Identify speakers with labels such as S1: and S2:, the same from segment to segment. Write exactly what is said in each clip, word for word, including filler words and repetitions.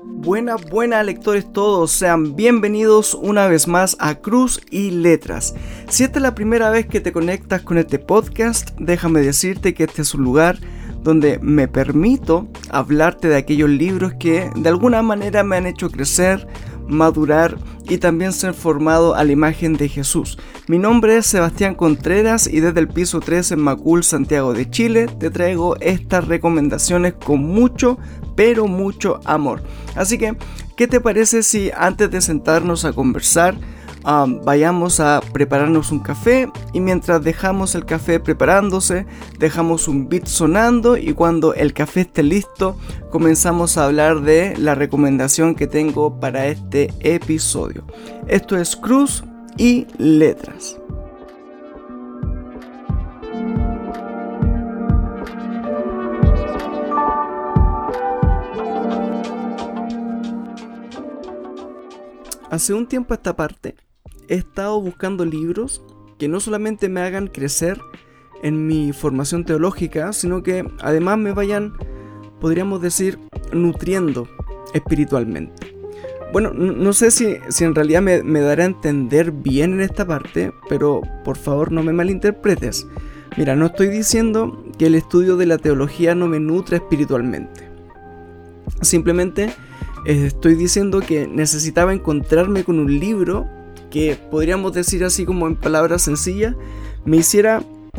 S1: Buenas, buenas lectores todos, sean bienvenidos una vez más a Cruz y Letras. Si esta es la primera vez que te conectas con este podcast, déjame decirte que este es un lugar donde me permito hablarte de aquellos libros que de alguna manera me han hecho crecer, madurar y también ser formado a la imagen de Jesús. Mi nombre es Sebastián Contreras y desde el piso tres en Macul, Santiago de Chile, te traigo estas recomendaciones con mucho, pero mucho amor. Así que, ¿qué te parece si antes de sentarnos a conversar, um, vayamos a prepararnos un café y mientras dejamos el café preparándose, dejamos un beat sonando y cuando el café esté listo, comenzamos a hablar de la recomendación que tengo para este episodio? Esto es Cruz y Letras. Hace un tiempo a esta parte he estado buscando libros que no solamente me hagan crecer en mi formación teológica, sino que además me vayan, podríamos decir, nutriendo espiritualmente. Bueno, no sé si, si en realidad me, me dará a entender bien en esta parte, pero por favor no me malinterpretes. Mira, no estoy diciendo que el estudio de la teología no me nutra espiritualmente. Simplemente estoy diciendo que necesitaba encontrarme con un libro que, podríamos decir así como en palabras sencillas, me hiciera,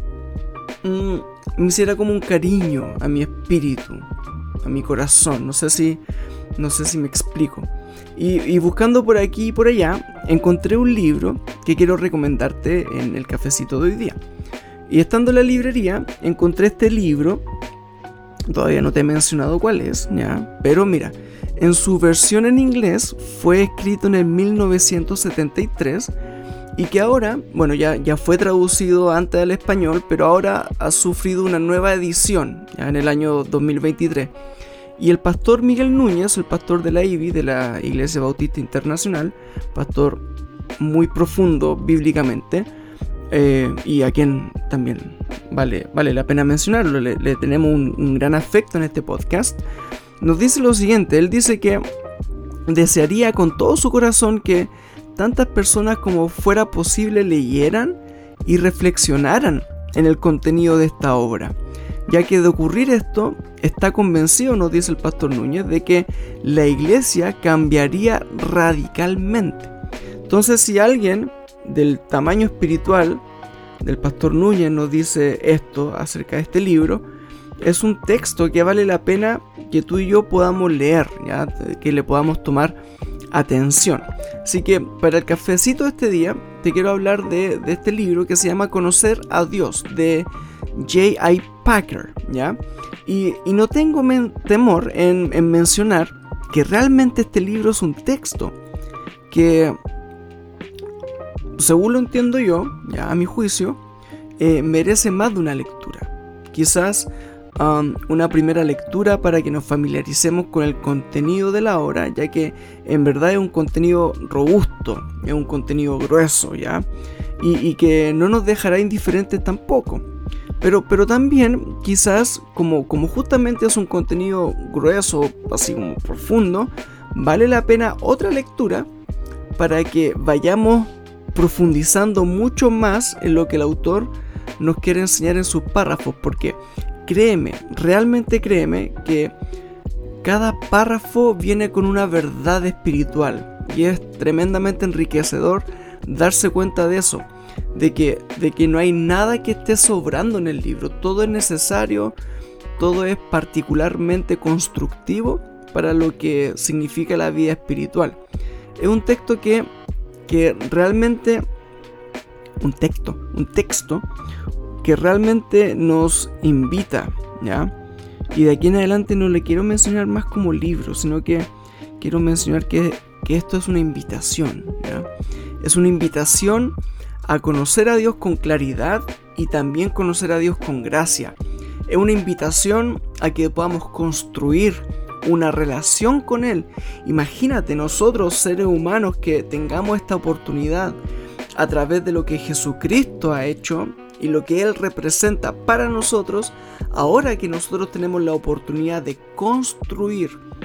S1: mm, me hiciera como un cariño a mi espíritu, a mi corazón. No sé si, no sé si me explico. Y, y buscando por aquí y por allá, encontré un libro que quiero recomendarte en el cafecito de hoy día. Y estando en la librería, encontré este libro. Todavía no te he mencionado cuál es, ¿ya? Pero mira, en su versión en inglés fue escrito en el mil novecientos setenta y tres y que ahora, bueno, ya, ya fue traducido antes al español, pero ahora ha sufrido una nueva edición, ya en el año dos mil veintitrés. Y el pastor Miguel Núñez, el pastor de la I B I, de la Iglesia Bautista Internacional, pastor muy profundo bíblicamente, Eh, y a quien también vale, vale la pena mencionarlo, le, le tenemos un, un gran afecto en este podcast, nos dice lo siguiente. Él dice que desearía con todo su corazón que tantas personas como fuera posible leyeran y reflexionaran en el contenido de esta obra, ya que de ocurrir esto, está convencido, nos dice el pastor Núñez, de que la iglesia cambiaría radicalmente. Entonces, si alguien del tamaño espiritual del pastor Núñez nos dice esto acerca de este libro, es un texto que vale la pena que tú y yo podamos leer, ¿ya? Que le podamos tomar atención. Así que para el cafecito de este día te quiero hablar de, de este libro que se llama Conocer a Dios, de J I Packer, ¿ya? Y, y no tengo men- temor en, en mencionar que realmente este libro es un texto que, según lo entiendo yo, ya a mi juicio, eh, merece más de una lectura. Quizás um, una primera lectura para que nos familiaricemos con el contenido de la obra, ya que en verdad es un contenido robusto, es un contenido grueso, ¿ya? Y, y que no nos dejará indiferentes tampoco. Pero, pero también, quizás, como, como justamente es un contenido grueso, así como profundo, vale la pena otra lectura para que vayamos profundizando mucho más en lo que el autor nos quiere enseñar en sus párrafos, porque créeme, realmente créeme que cada párrafo viene con una verdad espiritual y es tremendamente enriquecedor darse cuenta de eso, de que, de que no hay nada que esté sobrando en el libro, todo es necesario, todo es particularmente constructivo para lo que significa la vida espiritual. Es un texto que que realmente un texto, un texto que realmente nos invita, ¿ya? Y de aquí en adelante no le quiero mencionar más como libro, sino que quiero mencionar que, que esto es una invitación, ¿ya? Es una invitación a conocer a Dios con claridad y también conocer a Dios con gracia. Es una invitación a que podamos construir una relación con Él. Imagínate nosotros, seres humanos, que tengamos esta oportunidad a través de lo que Jesucristo ha hecho y lo que Él representa para nosotros, ahora que nosotros tenemos la oportunidad de construir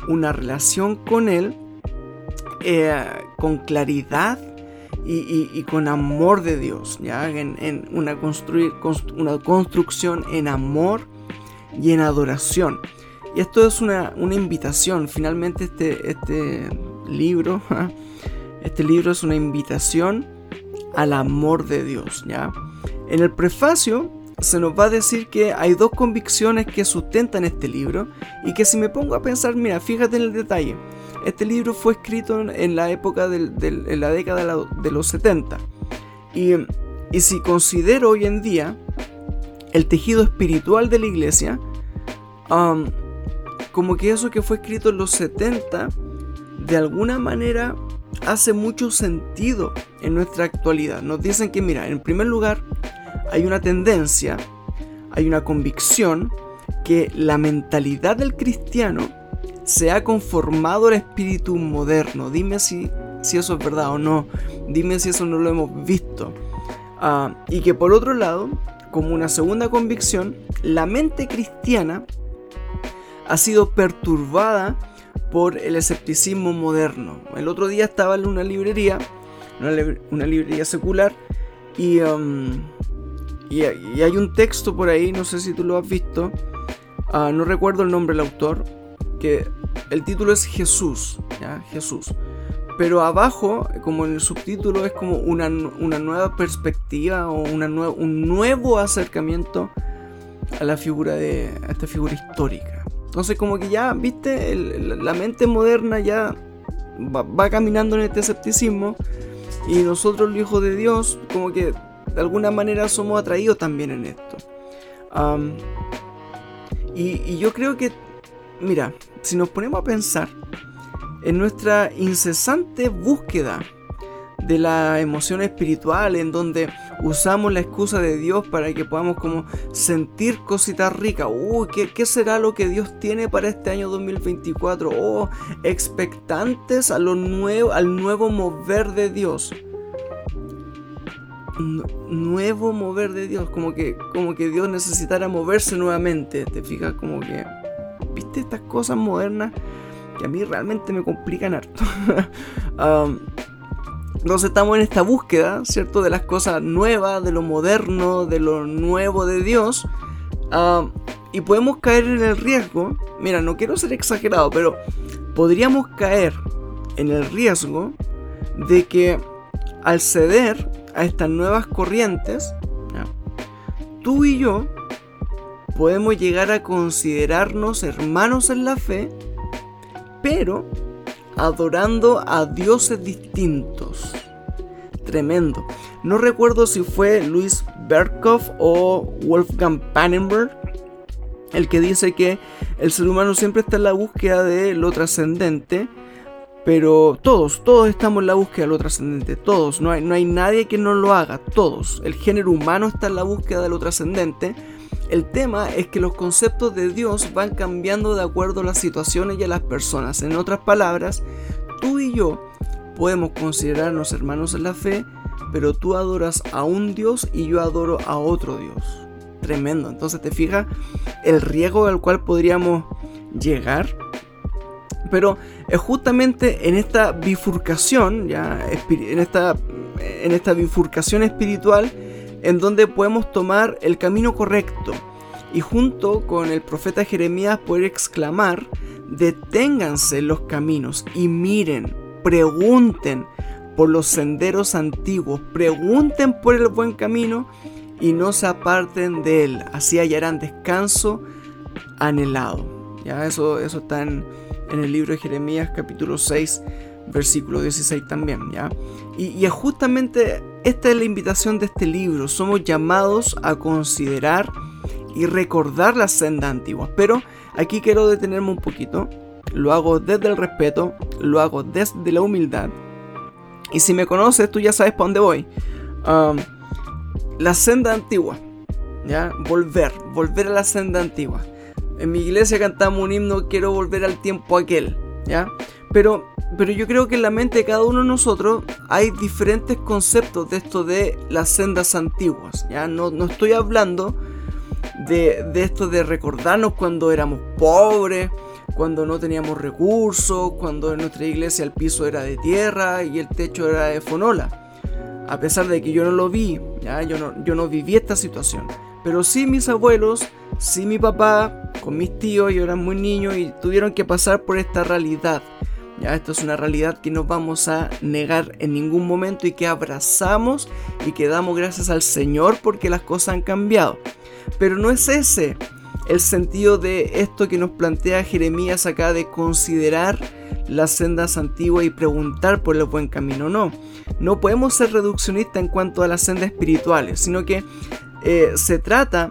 S1: una relación con Él eh, con claridad y, y, y con amor de Dios, ¿ya? En, en una, construir, constru, una construcción en amor y en adoración. Y esto es una, una invitación. Finalmente este, este libro, este libro es una invitación al amor de Dios, ¿ya? En el prefacio se nos va a decir que hay dos convicciones que sustentan este libro y que si me pongo a pensar, mira, fíjate en el detalle. Este libro fue escrito en la época del, del, en la década de los setenta y, y si considero hoy en día el tejido espiritual de la iglesia, um, como que eso que fue escrito en los setenta de alguna manera hace mucho sentido en nuestra actualidad. Nos dicen que, mira, en primer lugar hay una tendencia, hay una convicción que la mentalidad del cristiano se ha conformado al espíritu moderno. Dime si, si eso es verdad o no. Dime si eso no lo hemos visto. Uh, y que por otro lado, como una segunda convicción, la mente cristiana ha sido perturbada por el escepticismo moderno. El otro día estaba en una librería, una, li- una librería secular, y, um, y, y hay un texto por ahí, no sé si tú lo has visto, uh, no recuerdo el nombre del autor, que el título es Jesús, ¿ya? Jesús. Pero abajo, como en el subtítulo, es como una, una nueva perspectiva o una nue- un nuevo acercamiento a la figura de a esta figura histórica. Entonces, como que ya, viste, el, la mente moderna ya va, va caminando en este escepticismo y nosotros, los hijos de Dios, como que de alguna manera somos atraídos también en esto. Um, y, y yo creo que, mira, si nos ponemos a pensar en nuestra incesante búsqueda de la emoción espiritual, en donde usamos la excusa de Dios para que podamos como sentir cositas ricas. Uy, ¿qué, ¿qué será lo que Dios tiene para este año dos mil veinticuatro? Oh, expectantes a lo nuevo, al nuevo mover de Dios. N- nuevo mover de Dios, como que, como que Dios necesitara moverse nuevamente. ¿Te fijas? Como que, ¿viste estas cosas modernas que a mí realmente me complican harto? um, Entonces estamos en esta búsqueda, ¿cierto? De las cosas nuevas, de lo moderno, de lo nuevo de Dios. Uh, y podemos caer en el riesgo, mira, no quiero ser exagerado, pero podríamos caer en el riesgo de que al ceder a estas nuevas corrientes, ¿ya? Tú y yo podemos llegar a considerarnos hermanos en la fe, pero adorando a dioses distintos. Tremendo. No recuerdo si fue Louis Berkhoff o Wolfgang Pannenberg el que dice que el ser humano siempre está en la búsqueda de lo trascendente, pero todos, todos estamos en la búsqueda de lo trascendente, todos, no hay, no hay nadie que no lo haga, todos. El género humano está en la búsqueda de lo trascendente. El tema es que los conceptos de Dios van cambiando de acuerdo a las situaciones y a las personas. En otras palabras, tú y yo podemos considerarnos hermanos en la fe, pero tú adoras a un Dios y yo adoro a otro Dios. Tremendo. Entonces, ¿te fijas el riesgo al cual podríamos llegar? Pero es justamente en esta bifurcación, ya, en esta, en esta bifurcación espiritual, en donde podemos tomar el camino correcto y junto con el profeta Jeremías poder exclamar: deténganse los caminos y miren, pregunten por los senderos antiguos, pregunten por el buen camino y no se aparten de él, así hallarán descanso anhelado. Ya, eso, eso está en, en el libro de Jeremías capítulo seis versículo dieciséis también, ¿ya? Y, y es justamente esta es la invitación de este libro. Somos llamados a considerar y recordar las sendas antiguas. Pero aquí quiero detenerme un poquito. Lo hago desde el respeto, lo hago desde la humildad. Y si me conoces, tú ya sabes para dónde voy. Um, la senda antigua, ¿ya? Volver, volver a la senda antigua. En mi iglesia cantamos un himno: quiero volver al tiempo aquel, ¿ya? Pero, pero yo creo que en la mente de cada uno de nosotros hay diferentes conceptos de esto de las sendas antiguas, ¿ya? No, no estoy hablando de, de esto de recordarnos cuando éramos pobres, cuando no teníamos recursos, cuando en nuestra iglesia el piso era de tierra y el techo era de fonola. A pesar de que yo no lo vi, ¿ya? Yo, no, yo no viví esta situación. Pero sí mis abuelos, sí mi papá, con mis tíos, yo era muy niño y tuvieron que pasar por esta realidad. Ya, esto es una realidad que no vamos a negar en ningún momento y que abrazamos y que damos gracias al Señor porque las cosas han cambiado. Pero no es ese el sentido de esto que nos plantea Jeremías acá, de considerar las sendas antiguas y preguntar por el buen camino. No, no podemos ser reduccionistas en cuanto a las sendas espirituales, sino que eh, se trata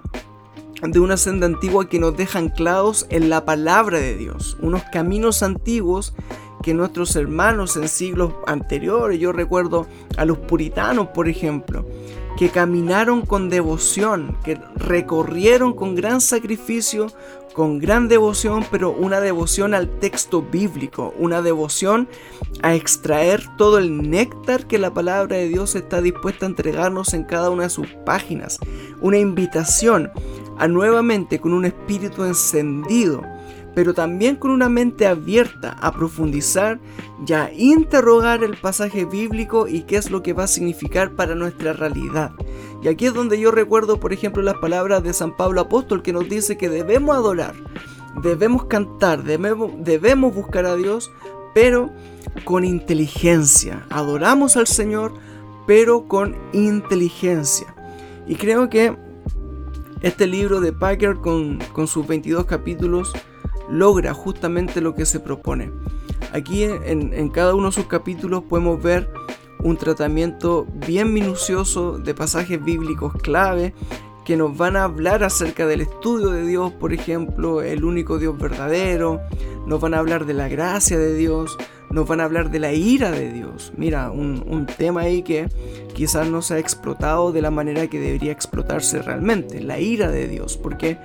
S1: de una senda antigua que nos deja anclados en la palabra de Dios, unos caminos antiguos que nuestros hermanos en siglos anteriores, yo recuerdo a los puritanos, por ejemplo, que caminaron con devoción, que recorrieron con gran sacrificio, con gran devoción, pero una devoción al texto bíblico, una devoción a extraer todo el néctar que la palabra de Dios está dispuesta a entregarnos en cada una de sus páginas, una invitación a nuevamente con un espíritu encendido, pero también con una mente abierta a profundizar y a interrogar el pasaje bíblico y qué es lo que va a significar para nuestra realidad. Y aquí es donde yo recuerdo, por ejemplo, las palabras de San Pablo Apóstol, que nos dice que debemos adorar, debemos cantar, debemos, debemos buscar a Dios, pero con inteligencia. Adoramos al Señor, pero con inteligencia. Y creo que este libro de Packer, con, con sus veintidós capítulos, logra justamente lo que se propone. Aquí en, en cada uno de sus capítulos podemos ver un tratamiento bien minucioso de pasajes bíblicos clave que nos van a hablar acerca del estudio de Dios, por ejemplo, el único Dios verdadero. Nos van a hablar de la gracia de Dios, nos van a hablar de la ira de Dios. Mira, un, un tema ahí que quizás no se ha explotado de la manera que debería explotarse realmente, la ira de Dios, porque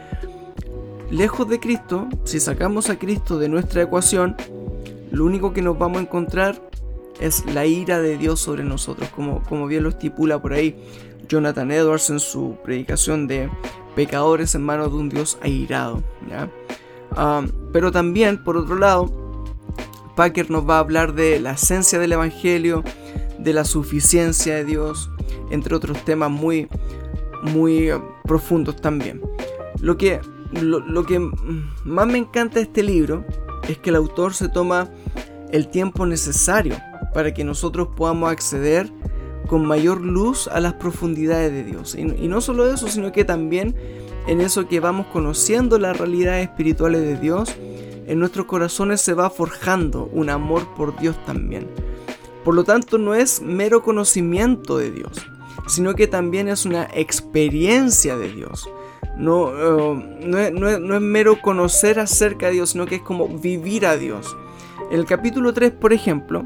S1: lejos de Cristo, si sacamos a Cristo de nuestra ecuación, lo único que nos vamos a encontrar es la ira de Dios sobre nosotros, como, como bien lo estipula por ahí Jonathan Edwards en su predicación de pecadores en manos de un Dios airado, ¿ya? Um, pero también, por otro lado, Packer nos va a hablar de la esencia del Evangelio, de la suficiencia de Dios, entre otros temas muy, muy profundos también. Lo que Lo, lo que más me encanta de este libro es que el autor se toma el tiempo necesario para que nosotros podamos acceder con mayor luz a las profundidades de Dios. Y, y no solo eso, sino que también en eso que vamos conociendo las realidades espirituales de Dios, en nuestros corazones se va forjando un amor por Dios también. Por lo tanto, no es mero conocimiento de Dios, sino que también es una experiencia de Dios. No, uh, no, es, no, es, no es mero conocer acerca de Dios, sino que es como vivir a Dios. En el capítulo tres, por ejemplo,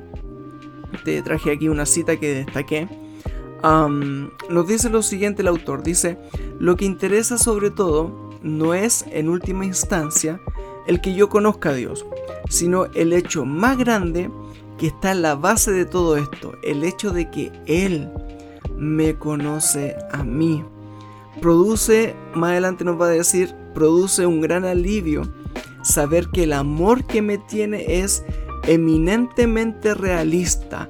S1: te traje aquí una cita que destaqué. Um, nos dice lo siguiente el autor, dice: lo que interesa sobre todo no es en última instancia el que yo conozca a Dios, sino el hecho más grande que está en la base de todo esto, el hecho de que Él me conoce a mí. Produce, más adelante nos va a decir, produce un gran alivio saber que el amor que me tiene es eminentemente realista,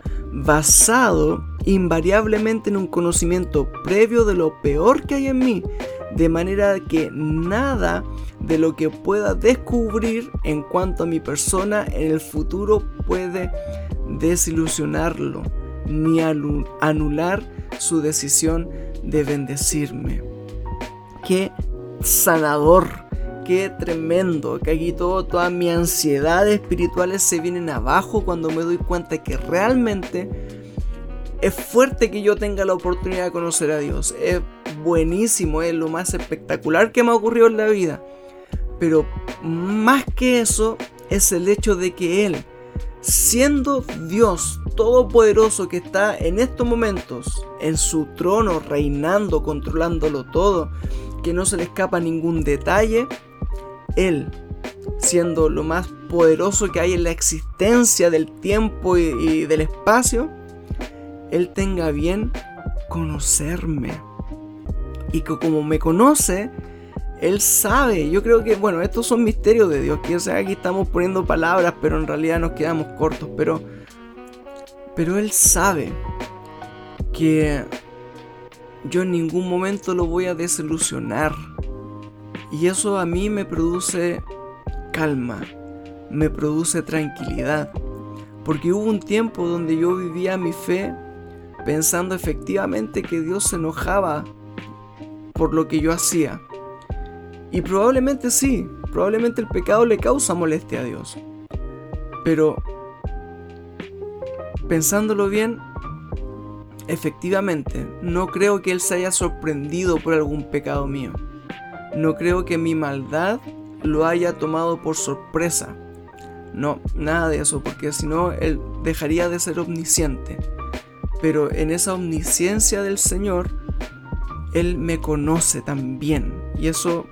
S1: basado invariablemente en un conocimiento previo de lo peor que hay en mí, de manera que nada de lo que pueda descubrir en cuanto a mi persona en el futuro puede desilusionarlo, ni anular su decisión de bendecirme. Qué sanador, qué tremendo, que aquí todo, todas mis ansiedades espirituales se vienen abajo cuando me doy cuenta que realmente es fuerte que yo tenga la oportunidad de conocer a Dios. Es buenísimo, es lo más espectacular que me ha ocurrido en la vida. Pero más que eso es el hecho de que Él, siendo Dios todopoderoso que está en estos momentos en su trono, reinando, controlándolo todo, que no se le escapa ningún detalle, Él, siendo lo más poderoso que hay en la existencia del tiempo y, y del espacio, Él tenga bien conocerme. Y que como me conoce, Él sabe. Yo creo que, bueno, estos son misterios de Dios, que o sea, aquí estamos poniendo palabras, pero en realidad nos quedamos cortos, pero, pero Él sabe que yo en ningún momento lo voy a desilusionar. Y eso a mí me produce calma, me produce tranquilidad. Porque hubo un tiempo donde yo vivía mi fe pensando efectivamente que Dios se enojaba por lo que yo hacía. Y probablemente sí, probablemente el pecado le causa molestia a Dios. Pero pensándolo bien, efectivamente, no creo que Él se haya sorprendido por algún pecado mío. No creo que mi maldad lo haya tomado por sorpresa. No, nada de eso, porque si no, Él dejaría de ser omnisciente. Pero en esa omnisciencia del Señor, Él me conoce también. Y eso,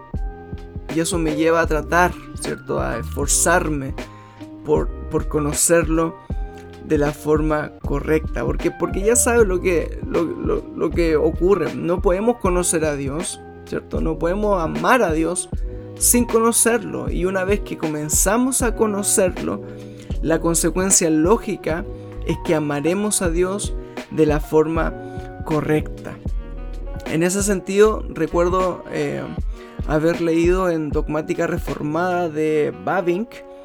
S1: y eso me lleva a tratar, ¿cierto? A esforzarme por, por conocerlo de la forma correcta. Porque, porque ya sabes lo que, lo, lo, lo que ocurre. No podemos conocer a Dios, ¿cierto? No podemos amar a Dios sin conocerlo. Y una vez que comenzamos a conocerlo, la consecuencia lógica es que amaremos a Dios de la forma correcta. En ese sentido, recuerdo eh, haber leído en Dogmática Reformada de Bavinck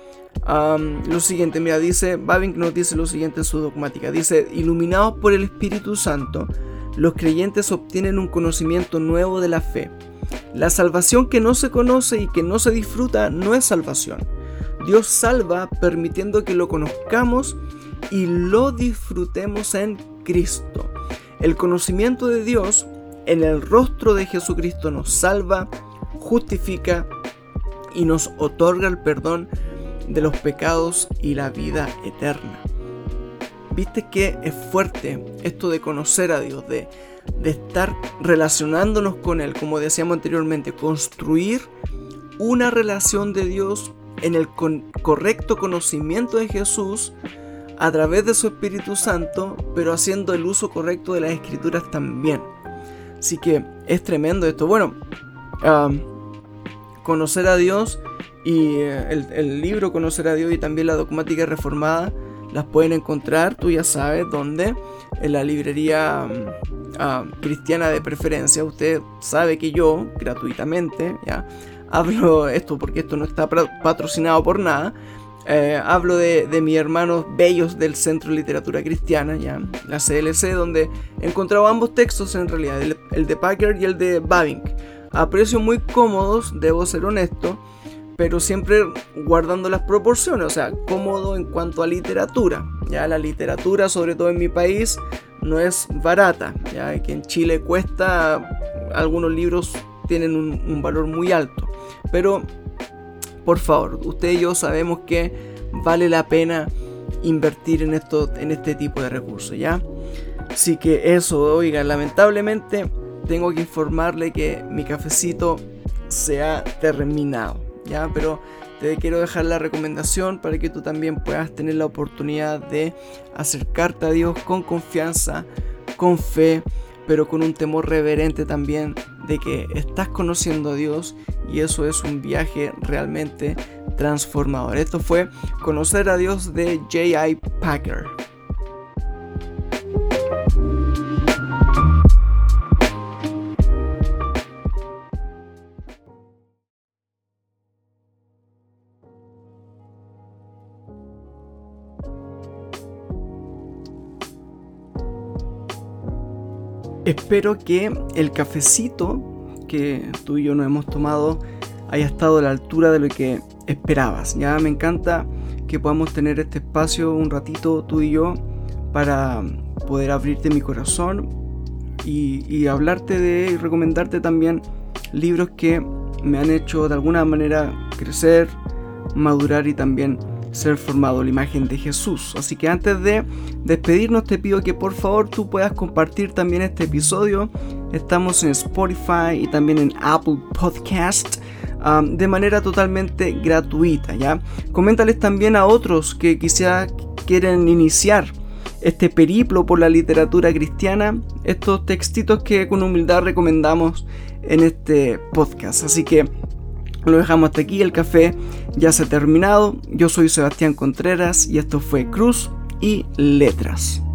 S1: um, lo siguiente. Mira, dice, Bavinck nos dice lo siguiente en su dogmática. Dice: iluminados por el Espíritu Santo, los creyentes obtienen un conocimiento nuevo de la fe. La salvación que no se conoce y que no se disfruta no es salvación. Dios salva permitiendo que lo conozcamos y lo disfrutemos en Cristo. El conocimiento de Dios en el rostro de Jesucristo nos salva, justifica y nos otorga el perdón de los pecados y la vida eterna. ¿Viste que es fuerte esto de conocer a Dios, de, de estar relacionándonos con Él, como decíamos anteriormente, construir una relación de Dios en el con, correcto conocimiento de Jesús a través de su Espíritu Santo, pero haciendo el uso correcto de las Escrituras también? Así que es tremendo esto. Bueno, um, conocer a Dios y el, el libro Conocer a Dios y también la Dogmática Reformada las pueden encontrar, tú ya sabes dónde, en la librería uh, cristiana de preferencia. Usted sabe que yo, gratuitamente, ya hablo esto porque esto no está patrocinado por nada. Eh, hablo de, de mis hermanos bellos del Centro de Literatura Cristiana, ya, la C L C, donde he encontrado ambos textos en realidad, el, el de Packer y el de Bavinck, a precios muy cómodos, debo ser honesto, pero siempre guardando las proporciones, o sea, cómodo en cuanto a literatura. Ya la literatura, sobre todo en mi país, no es barata, ya que en Chile cuesta, algunos libros tienen un, un valor muy alto, pero por favor, usted y yo sabemos que vale la pena invertir en esto, en este tipo de recursos, ¿ya? Así que eso, oiga, lamentablemente tengo que informarle que mi cafecito se ha terminado, ¿ya? Pero te quiero dejar la recomendación para que tú también puedas tener la oportunidad de acercarte a Dios con confianza, con fe, pero con un temor reverente también de que estás conociendo a Dios, y eso es un viaje realmente transformador. Esto fue Conocer a Dios de J I Packer. Espero que el cafecito que tú y yo nos hemos tomado haya estado a la altura de lo que esperabas. Ya me encanta que podamos tener este espacio un ratito tú y yo para poder abrirte mi corazón y, y hablarte de y recomendarte también libros que me han hecho de alguna manera crecer, madurar y también ser formado a la imagen de Jesús. Así que antes de despedirnos te pido que por favor tú puedas compartir también este episodio. Estamos en Spotify y también en Apple Podcast um, de manera totalmente gratuita, ¿ya? Coméntales también a otros que quizá quieren iniciar este periplo por la literatura cristiana, estos textitos que con humildad recomendamos en este podcast. Así que lo dejamos hasta aquí, el café ya se ha terminado. Yo soy Sebastián Contreras y esto fue Cruz y Letras.